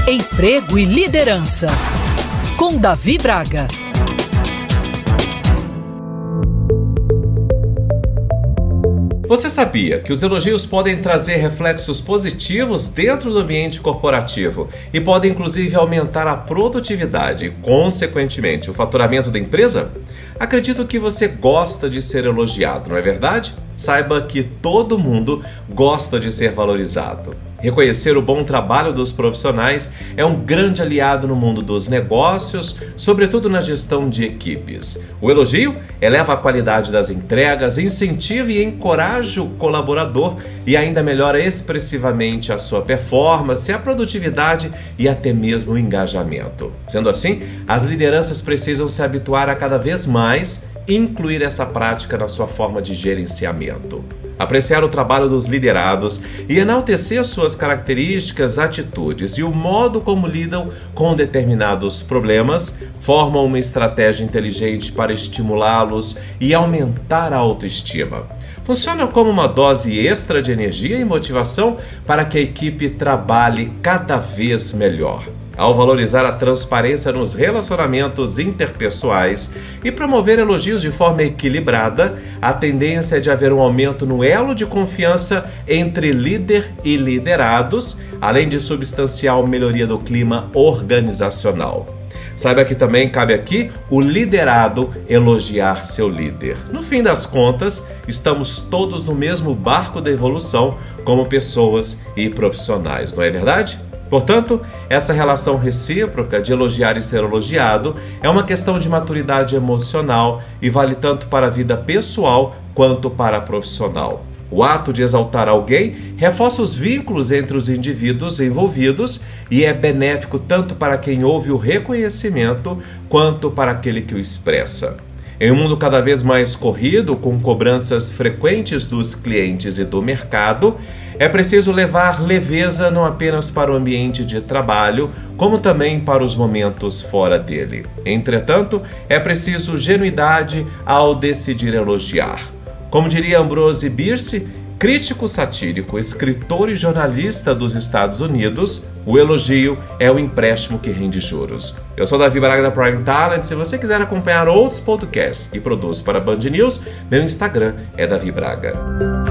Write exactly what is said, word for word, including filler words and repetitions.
Emprego e Liderança, com Davi Braga. Você sabia que os elogios podem trazer reflexos positivos dentro do ambiente corporativo e podem inclusive aumentar a produtividade e, consequentemente, o faturamento da empresa? Acredito que você gosta de ser elogiado, não é verdade? Saiba que todo mundo gosta de ser valorizado. Reconhecer o bom trabalho dos profissionais é um grande aliado no mundo dos negócios, sobretudo na gestão de equipes. O elogio eleva a qualidade das entregas, incentiva e encoraja o colaborador e ainda melhora expressivamente a sua performance, a produtividade e até mesmo o engajamento. Sendo assim, as lideranças precisam se habituar a cada vez mais incluir essa prática na sua forma de gerenciamento. Apreciar o trabalho dos liderados e enaltecer suas características, atitudes e o modo como lidam com determinados problemas formam uma estratégia inteligente para estimulá-los e aumentar a autoestima. Funciona como uma dose extra de energia e motivação para que a equipe trabalhe cada vez melhor. Ao valorizar a transparência nos relacionamentos interpessoais e promover elogios de forma equilibrada, a tendência é de haver um aumento no elo de confiança entre líder e liderados, além de substancial melhoria do clima organizacional. Saiba que também cabe aqui o liderado elogiar seu líder. No fim das contas, estamos todos no mesmo barco da evolução como pessoas e profissionais, não é verdade? Portanto, essa relação recíproca de elogiar e ser elogiado é uma questão de maturidade emocional e vale tanto para a vida pessoal quanto para a profissional. O ato de exaltar alguém reforça os vínculos entre os indivíduos envolvidos e é benéfico tanto para quem ouve o reconhecimento quanto para aquele que o expressa. Em um mundo cada vez mais corrido, com cobranças frequentes dos clientes e do mercado, é preciso levar leveza não apenas para o ambiente de trabalho, como também para os momentos fora dele. Entretanto, é preciso genuidade ao decidir elogiar. Como diria Ambrose Bierce, crítico satírico, escritor e jornalista dos Estados Unidos, o elogio é o empréstimo que rende juros. Eu sou Davi Braga da Prime Talent. Se você quiser acompanhar outros podcasts que produzo para a Band News, meu Instagram é Davi Braga.